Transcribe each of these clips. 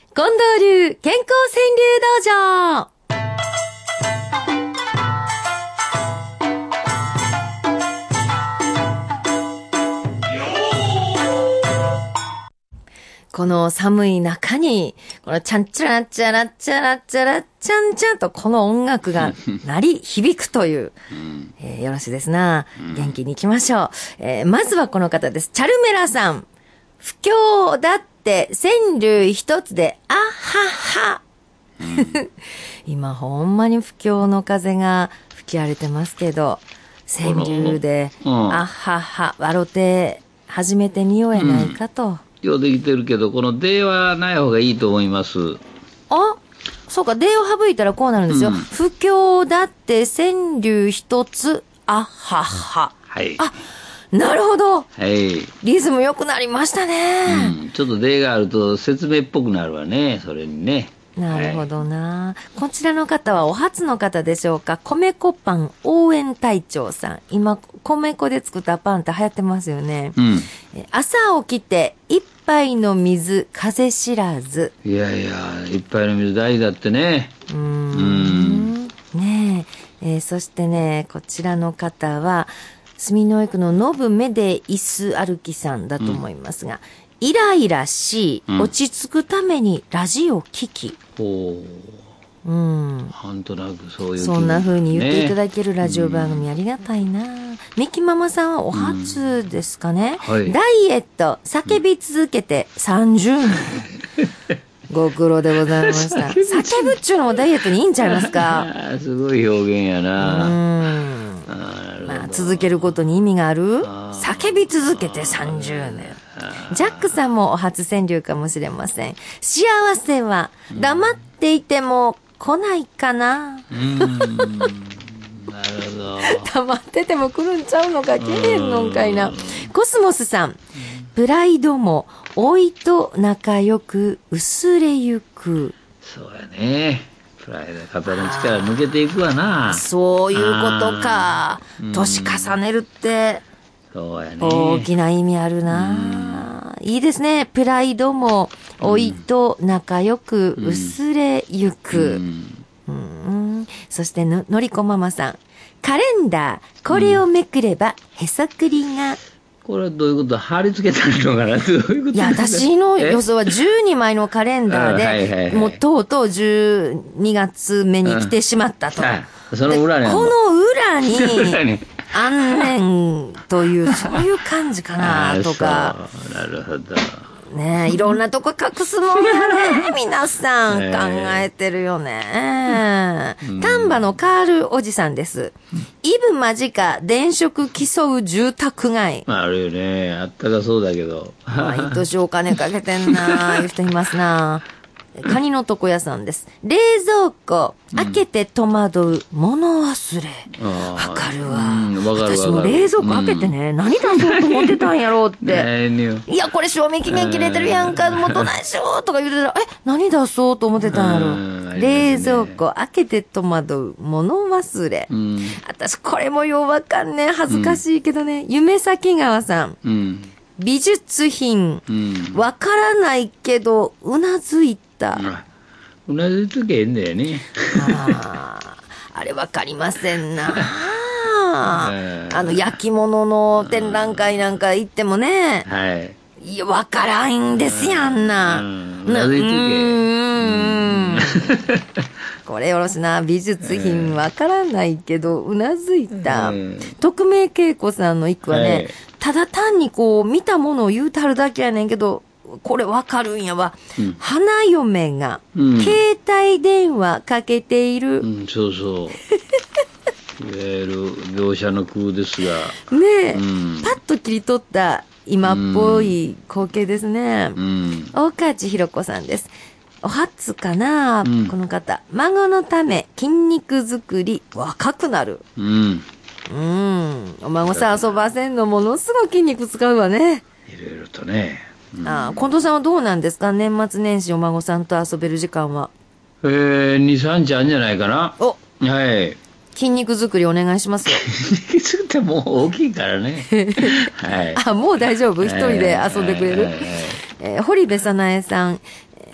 近藤流健康川柳道場。この寒い中に、このチャンチャラチャラチャラチャラチャンチャンとこの音楽が鳴り響くという、よろしいですな。元気に行きましょう。まずはこの方です。チャルメラさん。不況だって川柳一つで、あはは。今ほんまに不況の風が吹き荒れてますけど、川柳で、あはは、笑って始めてみようやないかと。 今日できてるけど、このではない方がいいと思います。 あ、そうか、でを省いたらこうなるんですよ。不況だって川柳一つ、あはは。 はい。 あ、なるほど。 はい。 リズム良くなりましたね。 ちょっとでがあると説明っぽくなるわね、それにね。 なるほどな、はい、こちらの方はお初の方でしょうか。米粉パン応援隊長さん。今米粉で作ったパンって流行ってますよね、朝起きて一杯の水風知らず。 いやいや、一杯の水大事だってね。 ねえ、そしてね、こちらの方は住之江区ののぶめで椅子歩きさんだと思いますが、イライラし、落ち着くためにラジオ聞き。 なんとなくそういう、 そんな風に言っていただけるラジオ番組ありがたいな。ミキママさんはお初ですかね、 はい、 ダイエット叫び続けて30年。ご苦労でございました。叫ぶっちゅうのもダイエットにいいんちゃいますか。 すごい表現やな。 まあ、続けることに意味がある。叫び続けて30年。ジャックさんもお初川柳かもしれません。幸せは黙っていても来ないかな。 なるほど。 黙ってても来るんちゃうのか、来へんのんかいな。コスモスさん。プライドも老いと仲良く薄れゆく。 そうやね。プライド、肩の力抜けていくわな。 そういうことか。年重ねるって。 そうやね。 大きな意味あるな。いいですね。プライドも老いと仲良く薄れゆく。そしてのりこママさん。カレンダー、これをめくればへそくりが。 これはどういうこと？貼り付けたのかな？どういうこと？ いや、私の予想は12枚のカレンダーで、もうとうとう12月目に来てしまったと。 その裏に。 この裏に、安年という、そういう感じかな、とか。 なるほど。 ねえ、いろんなとこ隠すもんやね。皆さん考えてるよね。丹波のカールおじさんです。イブ間近、電飾競う住宅街。 あるよね。あったかそうだけど。 毎年お金かけてんないう人いますな。カニの床屋さんです。冷蔵庫、開けて戸惑う物忘れ。わかるわ。私も冷蔵庫開けてね、何出そうと思ってたんやろうって。いや、これ賞味期限切れてるやんか、もうどないしようとか言うてたら、何出そうと思ってたんやろ。冷蔵庫、開けて戸惑う物忘れ。私、これもようわかんねえ。恥ずかしいけどね。夢咲川さん。美術品。わからないけど、うなずいて。 うなずいときゃええんだよね。 あれわかりませんな。焼き物の展覧会なんか行ってもね。いや、わからんですやんな。 うなずいとけ。 これよろしな。美術品わからないけど、うなずいた。匿名恵子さんの一句はね、ただ単にこう、見たものを言うてはるだけやねんけど、これわかるんやわ。花嫁が、携帯電話かけている。 そうそう。いわゆる描写の空ですが。 ねえ、パッと切り取った今っぽい光景ですね。大川千尋子さんです。お初かな、この方。孫のため筋肉作り若くなる。お孫さん遊ばせんのものすごい筋肉使うわね。 いろいろとね。 近藤さんはどうなんですか？年末年始お孫さんと遊べる時間は。 2、3日あるんじゃないかな。はい。 筋肉作りお願いしますよ。 筋肉作ってもう大きいからね。はい。 もう大丈夫？一人で遊んでくれる？堀部早苗さん。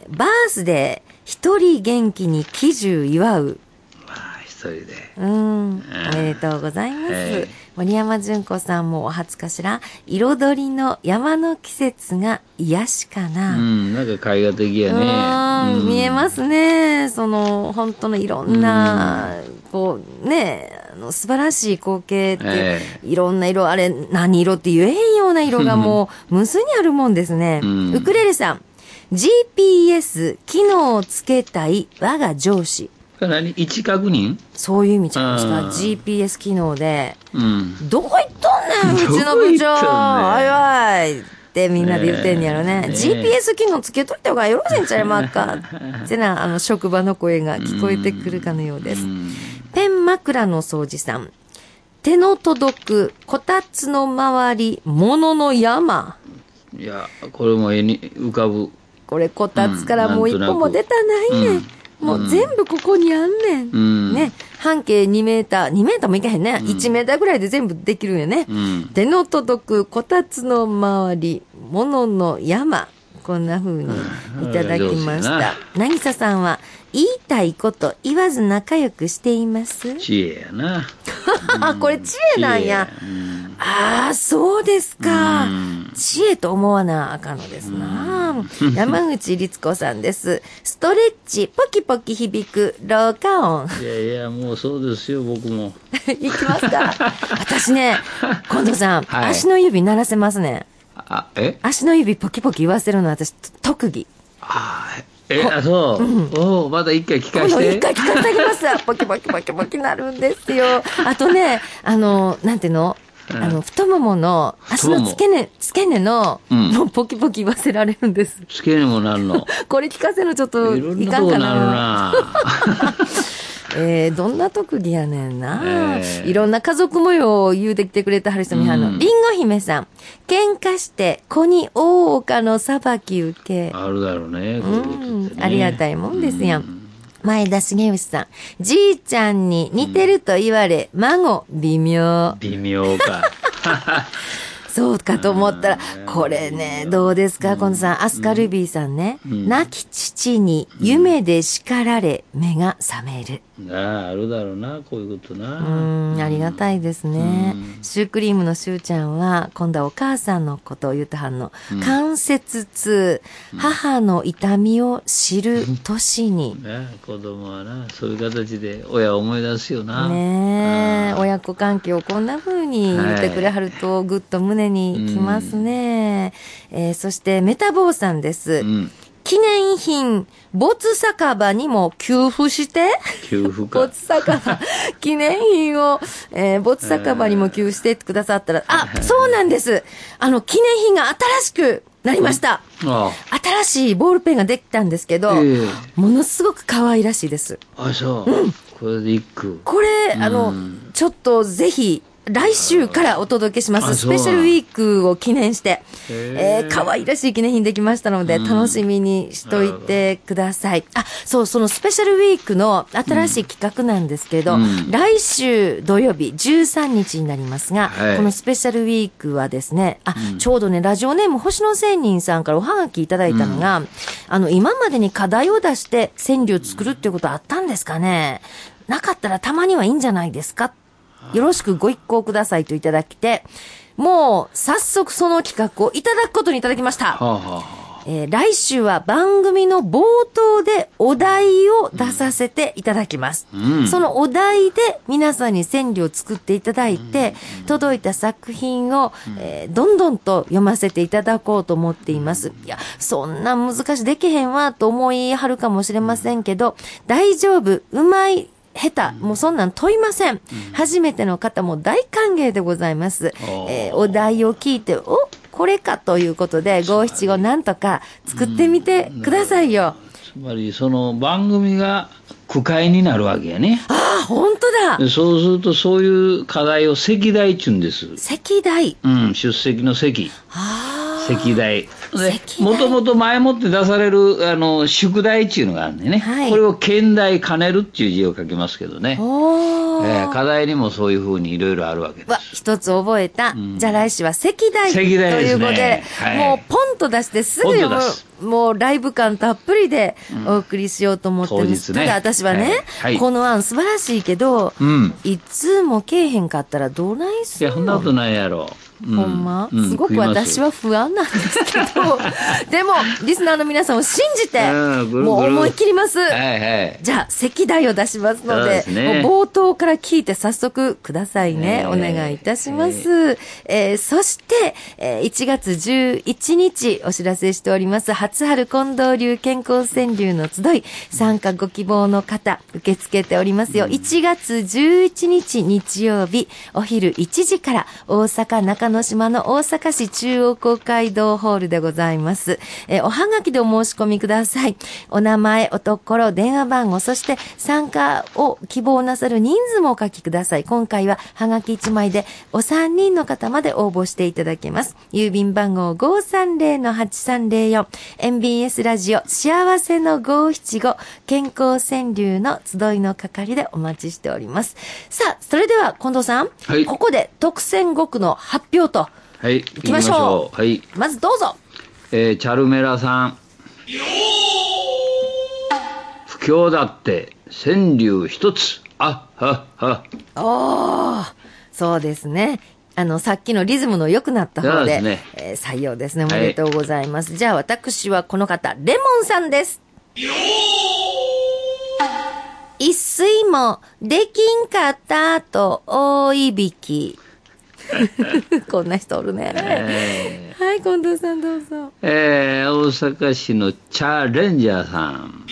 バースデー、一人元気に喜寿祝う。 一人で。 おめでとうございます。森山純子さんもお初かしら。彩りの山の季節が癒しかな。 なんか絵画的やね。 見えますね。その、本当のいろんな、こう、ね、素晴らしい光景って、いろんな色、あれ、何色って言えへんような色がもう、無数にあるもんですね。ウクレレさん、GPS 機能をつけたい我が上司。 何？位置確認？ そういう意味じゃないですか。GPS 機能で、どこ行っとんねん、うちの部長。おいおいってみんなで言ってんやろね。GPS 機能つけといた方がよろしいんちゃいますかってな、職場の声が聞こえてくるかのようです。ペン枕の掃除さん。手の届くこたつの周り、物の山。 いや、これも絵に浮かぶ。 これこたつからもう一歩も出たないね。もう全部ここにあんねん。ね。半径2メーターもいかへんね。1メーターぐらいで全部できるんよね。手の届くこたつの周り、物の山。こんな風にいただきました。なぎささんは、言いたいこと言わず仲良くしています。 知恵やな。 これ知恵なんや。ああ、そうですか。知恵と思わなあかんのですな。山口律子さんです。ストレッチ、ポキポキ響く、老化音。 いやいや、もうそうですよ、僕も。 いきますか。私ね、近藤さん、足の指鳴らせますね。足の指ポキポキ言わせるのは私、特技。 そう。まだ一回聞かせて。 一回聞かせてあげます。ポキポキポキポキなるんですよ。あとね、なんていうの？太ももの、足の付け根の、もうポキポキ言わせられるんです。 付け根もなるの。 これ聞かせるのちょっといかんかな。どんな特技やねんな。いろんな家族模様を言うてきてくれたはる人みはんの。りんご姫さん。喧嘩して子に大岡の裁き受け。 あるだろうね。 ありがたいもんですやん。前田茂吉さん。じいちゃんに似てると言われ、孫、微妙。 微妙か。 そうかと思ったら、これね、どうですか、近藤さん。アスカルビーさんね。亡き父に夢で叱られ、目が覚める。 あるだろうな、こういうことな。 ありがたいですね。シュークリームのシューちゃんは、今度はお母さんのことを言うてはんの。関節痛、母の痛みを知る年に。 子供はな、そういう形で親を思い出すよな。 ねえ、親子関係をこんな風に言ってくれはると、ぐっと胸にきますね。そして、メタボーさんです。記念品、没酒場にも給付して、 給付か。 没酒場、記念品を、没酒場にも給付してくださったら、そうなんです。記念品が新しくなりました。新しいボールペンができたんですけど、ものすごく可愛らしいです。 そう。これで一句。 これ、ちょっとぜひ、来週からお届けします。スペシャルウィークを記念して、可愛らしい記念品できましたので、楽しみにしといてください。そう、そのスペシャルウィークの新しい企画なんですけど、来週土曜日13日になりますが、このスペシャルウィークはですね、ちょうどね、ラジオネーム星野仙人さんからおはがきいただいたのが、今までに課題を出して川柳を作るっていうことあったんですかね？なかったらたまにはいいんじゃないですか？よろしくご一行くださいといただきて、もう早速その企画をいただくことにいただきました。来週は番組の冒頭でお題を出させていただきます。そのお題で皆さんに川柳を作っていただいて、届いた作品を、どんどんと読ませていただこうと思っています。いや、そんな難しいできへんわと思いはるかもしれませんけど、大丈夫、うまい、下手、もうそんなん問いません。初めての方も大歓迎でございます。お題を聞いて、これかということで、五七五なんとか作ってみてくださいよ。 つまり、その番組が句会になるわけやね。 本当だ。 そうすると、そういう課題を席題っちゅうんです。 席題。 出席の席。席題。もともと前もって出される宿題っていうのがあるんでね、これを兼題兼ねるっていう字を書きますけどね、 課題にもそういうふうにいろいろあるわけです。 一つ覚えた。じゃあ来週は赤題ということで、もうポンと出してすぐ読む。もうライブ感たっぷりでお送りしようと思ってます。ただ私はね、この案素晴らしいけど、いつもけえへんかったらどないするの？ いや、そんなことないやろ。 ほんま、すごく私は不安なんですけど、でも、リスナーの皆さんを信じて、もう思い切ります。じゃあ、赤題を出しますので、もう冒頭から聞いて早速くださいね。お願いいたします。そして、1月11日お知らせしております、初春近藤流健康川柳の集い、参加ご希望の方、受け付けておりますよ。1月11日日曜日、お昼1時から、大阪中野島の大阪市中央公会堂ホールでございます。おはがきでお申し込みください。お名前、おところ、電話番号、そして参加を希望なさる人数もお書きください。今回ははがき1枚でお3人の方まで応募していただけます。郵便番号 530-8304 MBS ラジオ幸せの575健康川柳の集いの係でお待ちしております。さあ、それでは近藤さん、ここで特選5句の発表といきましょう。まずどうぞ。 チャルメラさん、不況だって川柳一つ、 そうですね。さっきのリズムの良くなった方で、採用ですね。おめでとうございます。じゃあ私はこの方、レモンさんです。一睡もできんかったと大いびき。こんな人おるね。はい、近藤さんどうぞ。 大阪市のチャレンジャーさん。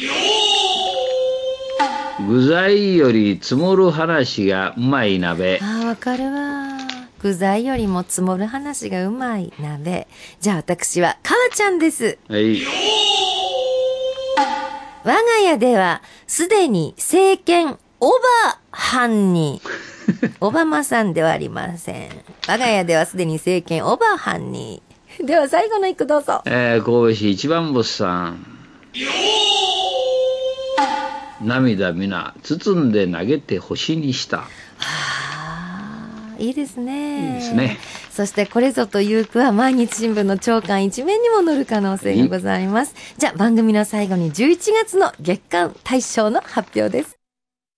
具材より積もる話がうまい鍋。 わかるわ。具材よりも積もる話がうまい鍋。じゃあ私はかわちゃんです。我が家ではすでに政権オバ班にオバマさんではありません。我が家ではすでに政権オバ班に。では最後の一句どうぞ。 神戸市一番星さん。涙皆包んで投げて星にした。 いいですね。 いいですね。 そしてこれぞという句は毎日新聞の朝刊一面にも載る可能性がございます。じゃあ番組の最後に11月の月間大賞の発表です。